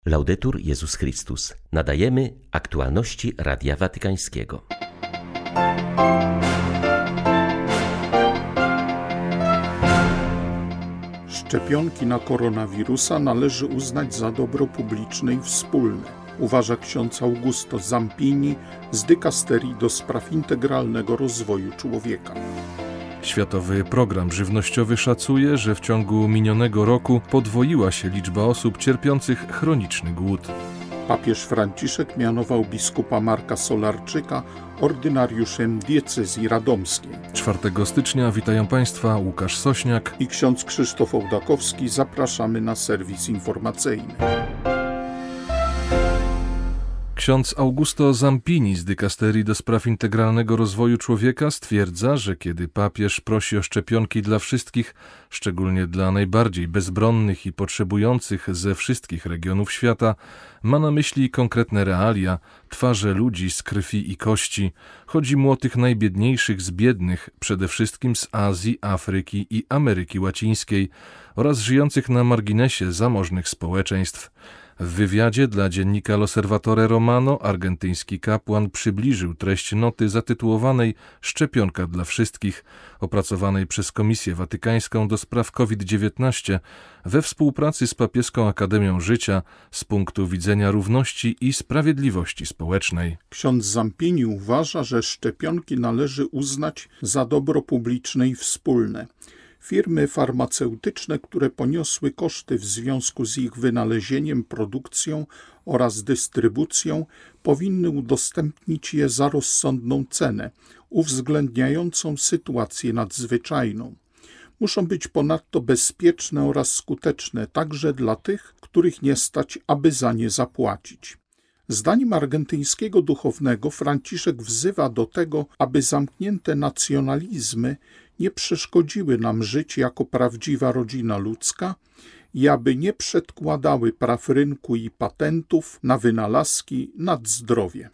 Laudetur Jezus Chrystus. Nadajemy aktualności Radia Watykańskiego. Szczepionki na koronawirusa należy uznać za dobro publiczne i wspólne, uważa ksiądz Augusto Zampini z dykasterii do spraw integralnego rozwoju człowieka. Światowy Program Żywnościowy szacuje, że w ciągu minionego roku podwoiła się liczba osób cierpiących chroniczny głód. Papież Franciszek mianował biskupa Marka Solarczyka ordynariuszem diecezji radomskiej. 4 stycznia witają Państwa Łukasz Sośniak I ksiądz Krzysztof Ołdakowski. Zapraszamy na serwis informacyjny. Ksiądz Augusto Zampini z dykasterii do spraw integralnego rozwoju człowieka stwierdza, że kiedy papież prosi o szczepionki dla wszystkich, szczególnie dla najbardziej bezbronnych i potrzebujących ze wszystkich regionów świata, ma na myśli konkretne realia, twarze ludzi z krwi i kości. Chodzi mu o tych najbiedniejszych z biednych, przede wszystkim z Azji, Afryki i Ameryki Łacińskiej oraz żyjących na marginesie zamożnych społeczeństw. W wywiadzie dla dziennika L'Osservatore Romano argentyński kapłan przybliżył treść noty zatytułowanej Szczepionka dla wszystkich, opracowanej przez Komisję Watykańską do spraw COVID-19 we współpracy z Papieską Akademią Życia z punktu widzenia równości i sprawiedliwości społecznej. Ksiądz Zampini uważa, że szczepionki należy uznać za dobro publiczne i wspólne. Firmy farmaceutyczne, które poniosły koszty w związku z ich wynalezieniem, produkcją oraz dystrybucją, powinny udostępnić je za rozsądną cenę, uwzględniającą sytuację nadzwyczajną. Muszą być ponadto bezpieczne oraz skuteczne także dla tych, których nie stać, aby za nie zapłacić. Zdaniem argentyńskiego duchownego Franciszek wzywa do tego, aby zamknięte nacjonalizmy nie przeszkodziły nam żyć jako prawdziwa rodzina ludzka i aby nie przedkładały praw rynku i patentów na wynalazki nad zdrowie.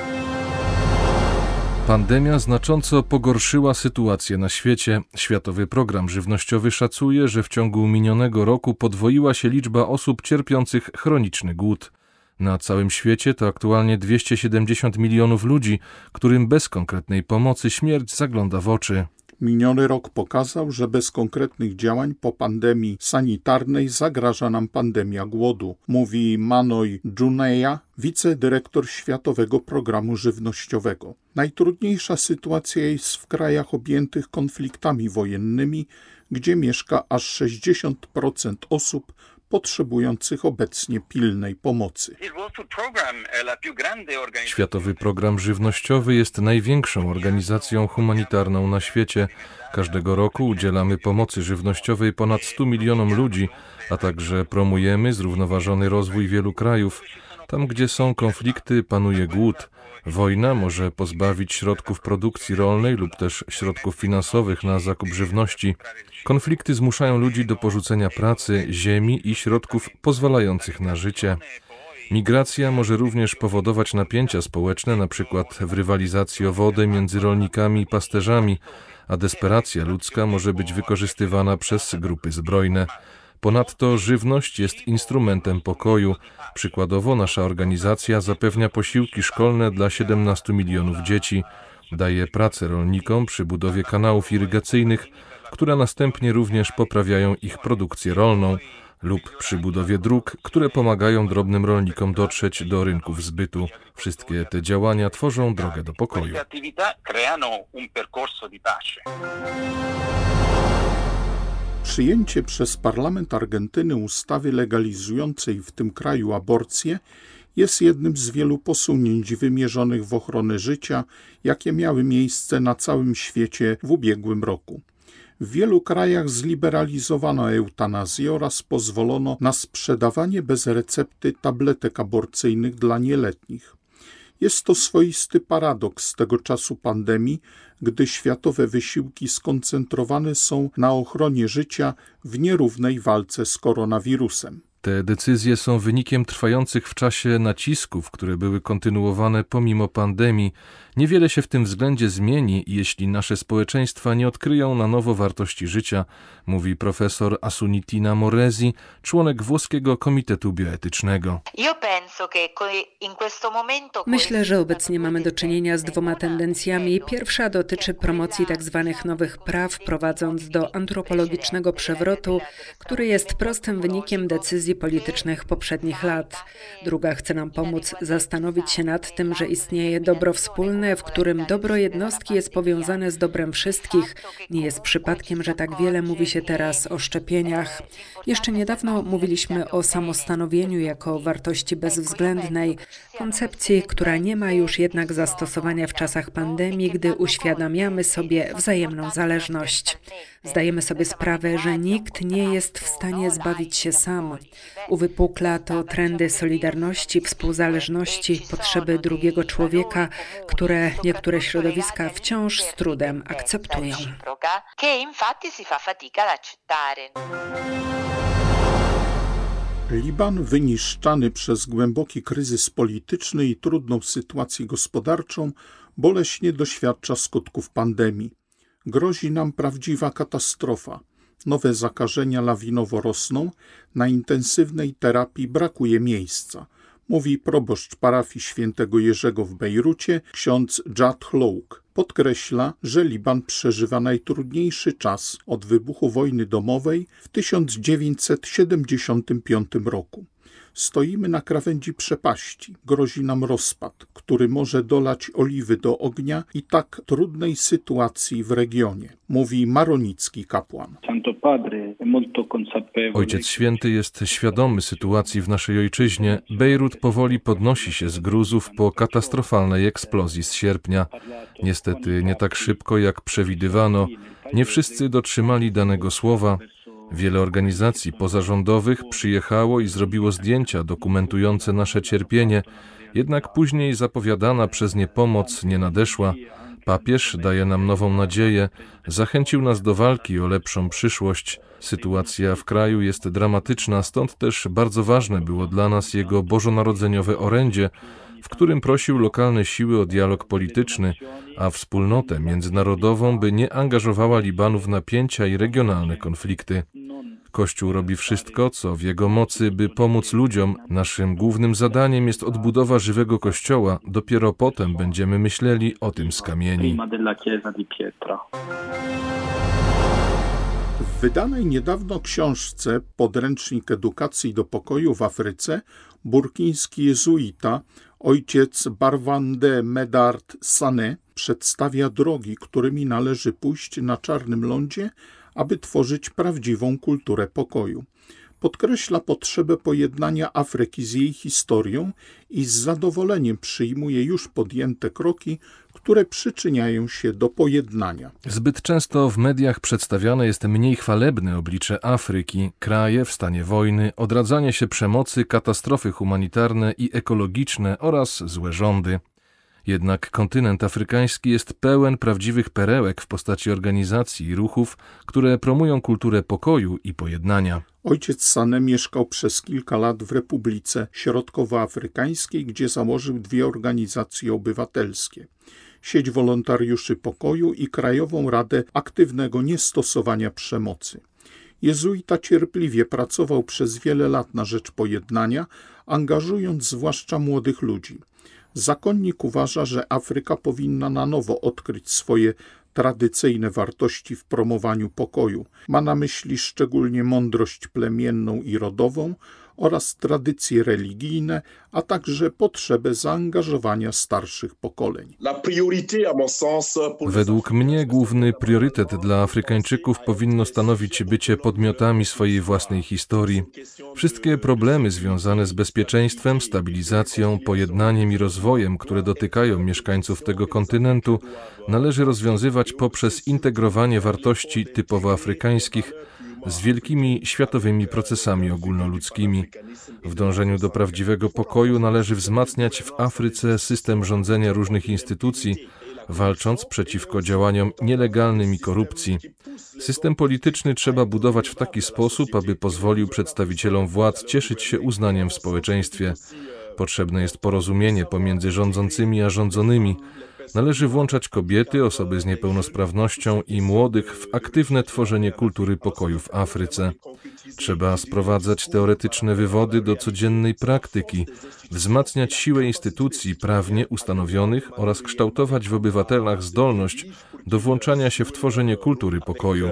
Pandemia znacząco pogorszyła sytuację na świecie. Światowy Program Żywnościowy szacuje, że w ciągu minionego roku podwoiła się liczba osób cierpiących chroniczny głód. Na całym świecie to aktualnie 270 milionów ludzi, którym bez konkretnej pomocy śmierć zagląda w oczy. Miniony rok pokazał, że bez konkretnych działań po pandemii sanitarnej zagraża nam pandemia głodu, mówi Manoj Dżuneja, wicedyrektor Światowego Programu Żywnościowego. Najtrudniejsza sytuacja jest w krajach objętych konfliktami wojennymi, gdzie mieszka aż 60% osób potrzebujących obecnie pilnej pomocy. Światowy Program Żywnościowy jest największą organizacją humanitarną na świecie. Każdego roku udzielamy pomocy żywnościowej ponad 100 milionom ludzi, a także promujemy zrównoważony rozwój wielu krajów. Tam, gdzie są konflikty, panuje głód. Wojna może pozbawić środków produkcji rolnej lub też środków finansowych na zakup żywności. Konflikty zmuszają ludzi do porzucenia pracy, ziemi i środków pozwalających na życie. Migracja może również powodować napięcia społeczne, np. w rywalizacji o wodę między rolnikami i pasterzami, a desperacja ludzka może być wykorzystywana przez grupy zbrojne. Ponadto żywność jest instrumentem pokoju. Przykładowo nasza organizacja zapewnia posiłki szkolne dla 17 milionów dzieci, daje pracę rolnikom przy budowie kanałów irygacyjnych, które następnie również poprawiają ich produkcję rolną, lub przy budowie dróg, które pomagają drobnym rolnikom dotrzeć do rynków zbytu. Wszystkie te działania tworzą drogę do pokoju. Przyjęcie przez parlament Argentyny ustawy legalizującej w tym kraju aborcję jest jednym z wielu posunięć wymierzonych w ochronę życia, jakie miały miejsce na całym świecie w ubiegłym roku. W wielu krajach zliberalizowano eutanazję oraz pozwolono na sprzedawanie bez recepty tabletek aborcyjnych dla nieletnich. Jest to swoisty paradoks tego czasu pandemii, gdy światowe wysiłki skoncentrowane są na ochronie życia w nierównej walce z koronawirusem. Te decyzje są wynikiem trwających w czasie nacisków, które były kontynuowane pomimo pandemii. Niewiele się w tym względzie zmieni, jeśli nasze społeczeństwa nie odkryją na nowo wartości życia, mówi profesor Asunitina Moresi, członek włoskiego Komitetu Bioetycznego. Myślę, że obecnie mamy do czynienia z dwoma tendencjami. Pierwsza dotyczy promocji tzw. nowych praw, prowadząc do antropologicznego przewrotu, który jest prostym wynikiem decyzji politycznych poprzednich lat. Druga chce nam pomóc zastanowić się nad tym, że istnieje dobro wspólne, w którym dobro jednostki jest powiązane z dobrem wszystkich. Nie jest przypadkiem, że tak wiele mówi się teraz o szczepieniach. Jeszcze niedawno mówiliśmy o samostanowieniu jako wartości bezwzględnej, koncepcji, która nie ma już jednak zastosowania w czasach pandemii, gdy uświadamiamy sobie wzajemną zależność. Zdajemy sobie sprawę, że nikt nie jest w stanie zbawić się sam. Uwypukla to trendy solidarności, współzależności, potrzeby drugiego człowieka, które niektóre środowiska wciąż z trudem akceptują. Liban, wyniszczany przez głęboki kryzys polityczny i trudną sytuację gospodarczą, boleśnie doświadcza skutków pandemii. Grozi nam prawdziwa katastrofa. Nowe zakażenia lawinowo rosną, na intensywnej terapii brakuje miejsca, mówi proboszcz parafii świętego Jerzego w Bejrucie, ksiądz Jad Hlouk. Podkreśla, że Liban przeżywa najtrudniejszy czas od wybuchu wojny domowej w 1975 roku. Stoimy na krawędzi przepaści, grozi nam rozpad, który może dolać oliwy do ognia i tak trudnej sytuacji w regionie, mówi maronicki kapłan. Ojciec Święty jest świadomy sytuacji w naszej ojczyźnie. Bejrut powoli podnosi się z gruzów po katastrofalnej eksplozji z sierpnia. Niestety nie tak szybko, jak przewidywano. Nie wszyscy dotrzymali danego słowa. Wiele organizacji pozarządowych przyjechało i zrobiło zdjęcia dokumentujące nasze cierpienie, jednak później zapowiadana przez nie pomoc nie nadeszła. Papież daje nam nową nadzieję, zachęcił nas do walki o lepszą przyszłość. Sytuacja w kraju jest dramatyczna, stąd też bardzo ważne było dla nas jego bożonarodzeniowe orędzie, w którym prosił lokalne siły o dialog polityczny, a wspólnotę międzynarodową, by nie angażowała Libanu w napięcia i regionalne konflikty. Kościół robi wszystko, co w jego mocy, by pomóc ludziom. Naszym głównym zadaniem jest odbudowa żywego Kościoła. Dopiero potem będziemy myśleli o tym z kamieni. W wydanej niedawno książce Podręcznik edukacji do pokoju w Afryce burkiński jezuita ojciec Barwande Medard Sané przedstawia drogi, którymi należy pójść na czarnym lądzie, aby tworzyć prawdziwą kulturę pokoju. Podkreśla potrzebę pojednania Afryki z jej historią i z zadowoleniem przyjmuje już podjęte kroki, które przyczyniają się do pojednania. Zbyt często w mediach przedstawiane jest mniej chwalebne oblicze Afryki, kraje w stanie wojny, odradzanie się przemocy, katastrofy humanitarne i ekologiczne oraz złe rządy. Jednak kontynent afrykański jest pełen prawdziwych perełek w postaci organizacji i ruchów, które promują kulturę pokoju i pojednania. Ojciec Sané mieszkał przez kilka lat w Republice Środkowoafrykańskiej, gdzie założył 2 organizacje obywatelskie. Sieć Wolontariuszy Pokoju i Krajową Radę Aktywnego Niestosowania Przemocy. Jezuita cierpliwie pracował przez wiele lat na rzecz pojednania, angażując zwłaszcza młodych ludzi. Zakonnik uważa, że Afryka powinna na nowo odkryć swoje tradycyjne wartości w promowaniu pokoju. Ma na myśli szczególnie mądrość plemienną i rodową oraz tradycje religijne, a także potrzebę zaangażowania starszych pokoleń. Według mnie główny priorytet dla Afrykańczyków powinno stanowić bycie podmiotami swojej własnej historii. Wszystkie problemy związane z bezpieczeństwem, stabilizacją, pojednaniem i rozwojem, które dotykają mieszkańców tego kontynentu, należy rozwiązywać poprzez integrowanie wartości typowo afrykańskich z wielkimi światowymi procesami ogólnoludzkimi. W dążeniu do prawdziwego pokoju należy wzmacniać w Afryce system rządzenia różnych instytucji, walcząc przeciwko działaniom nielegalnym i korupcji. System polityczny trzeba budować w taki sposób, aby pozwolił przedstawicielom władz cieszyć się uznaniem w społeczeństwie. Potrzebne jest porozumienie pomiędzy rządzącymi a rządzonymi. Należy włączać kobiety, osoby z niepełnosprawnością i młodych w aktywne tworzenie kultury pokoju w Afryce. Trzeba sprowadzać teoretyczne wywody do codziennej praktyki, wzmacniać siłę instytucji prawnie ustanowionych oraz kształtować w obywatelach zdolność do włączania się w tworzenie kultury pokoju.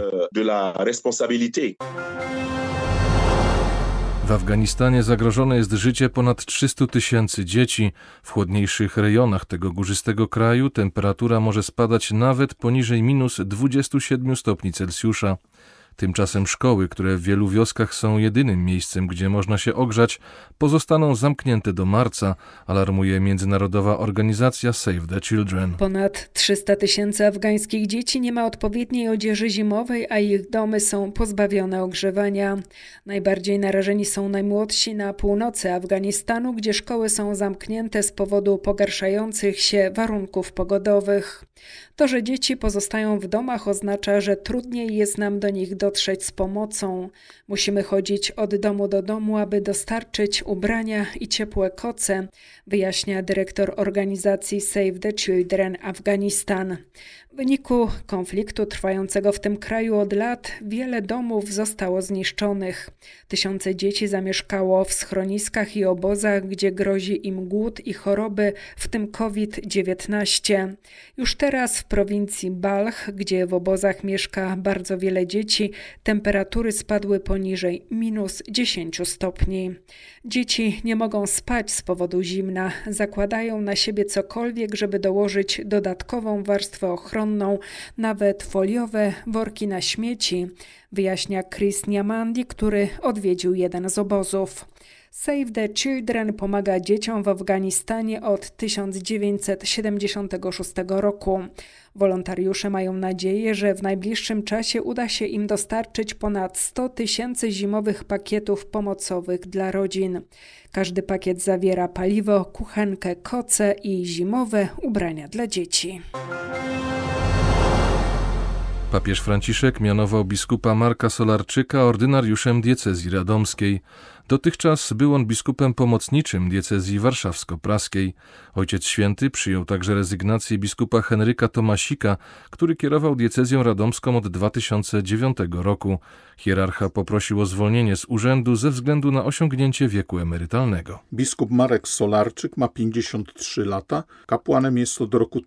W Afganistanie zagrożone jest życie ponad 300 000 dzieci. W chłodniejszych rejonach tego górzystego kraju temperatura może spadać nawet poniżej -27 stopni Celsjusza. Tymczasem szkoły, które w wielu wioskach są jedynym miejscem, gdzie można się ogrzać, pozostaną zamknięte do marca, alarmuje międzynarodowa organizacja Save the Children. Ponad 300 000 afgańskich dzieci nie ma odpowiedniej odzieży zimowej, a ich domy są pozbawione ogrzewania. Najbardziej narażeni są najmłodsi na północy Afganistanu, gdzie szkoły są zamknięte z powodu pogarszających się warunków pogodowych. To, że dzieci pozostają w domach, oznacza, że trudniej jest nam do nich dotrzeć z pomocą. Musimy chodzić od domu do domu, aby dostarczyć ubrania i ciepłe koce, wyjaśnia dyrektor organizacji Save the Children Afganistan. W wyniku konfliktu trwającego w tym kraju od lat wiele domów zostało zniszczonych. Tysiące dzieci zamieszkało w schroniskach i obozach, gdzie grozi im głód i choroby, w tym COVID-19. Już teraz w prowincji Balch, gdzie w obozach mieszka bardzo wiele dzieci, temperatury spadły poniżej -10 stopni. Dzieci nie mogą spać z powodu zimna, zakładają na siebie cokolwiek, żeby dołożyć dodatkową warstwę ochronną, nawet foliowe worki na śmieci, wyjaśnia Chris Niamandi, który odwiedził jeden z obozów. Save the Children pomaga dzieciom w Afganistanie od 1976 roku. Wolontariusze mają nadzieję, że w najbliższym czasie uda się im dostarczyć ponad 100 000 zimowych pakietów pomocowych dla rodzin. Każdy pakiet zawiera paliwo, kuchenkę, koce i zimowe ubrania dla dzieci. Papież Franciszek mianował biskupa Marka Solarczyka ordynariuszem diecezji radomskiej. Dotychczas był on biskupem pomocniczym diecezji warszawsko-praskiej. Ojciec Święty przyjął także rezygnację biskupa Henryka Tomasika, który kierował diecezją radomską od 2009 roku. Hierarcha poprosił o zwolnienie z urzędu ze względu na osiągnięcie wieku emerytalnego. Biskup Marek Solarczyk ma 53 lata, kapłanem jest od roku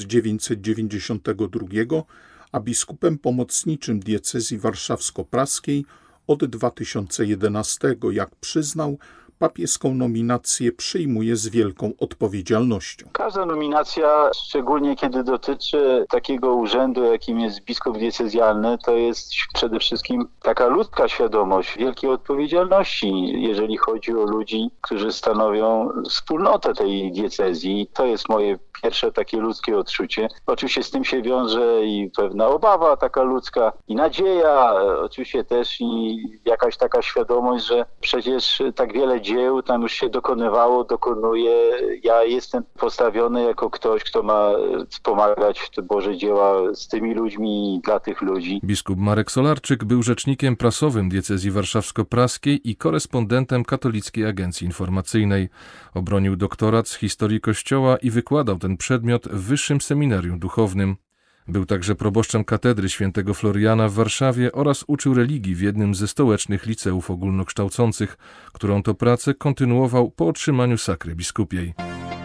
1992, a biskupem pomocniczym diecezji warszawsko-praskiej od 2011, jak przyznał, papieską nominację przyjmuje z wielką odpowiedzialnością. Każda nominacja, szczególnie kiedy dotyczy takiego urzędu, jakim jest biskup diecezjalny, to jest przede wszystkim taka ludzka świadomość wielkiej odpowiedzialności, jeżeli chodzi o ludzi, którzy stanowią wspólnotę tej diecezji. To jest moje pierwsze takie ludzkie odczucie. Oczywiście z tym się wiąże i pewna obawa taka ludzka i nadzieja, oczywiście też i jakaś taka świadomość, że przecież tak wiele dzieł tam już się dokonuje. Ja jestem postawiony jako ktoś, kto ma wspomagać te Boże dzieła z tymi ludźmi i dla tych ludzi. Biskup Marek Solarczyk był rzecznikiem prasowym diecezji warszawsko-praskiej i korespondentem Katolickiej Agencji Informacyjnej. Obronił doktorat z historii Kościoła i wykładał ten przedmiot w Wyższym Seminarium Duchownym. Był także proboszczem katedry świętego Floriana w Warszawie oraz uczył religii w jednym ze stołecznych liceów ogólnokształcących, którą to pracę kontynuował po otrzymaniu sakry biskupiej.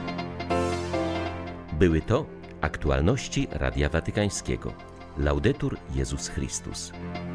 Były to aktualności Radia Watykańskiego. Laudetur Jezus Chrystus.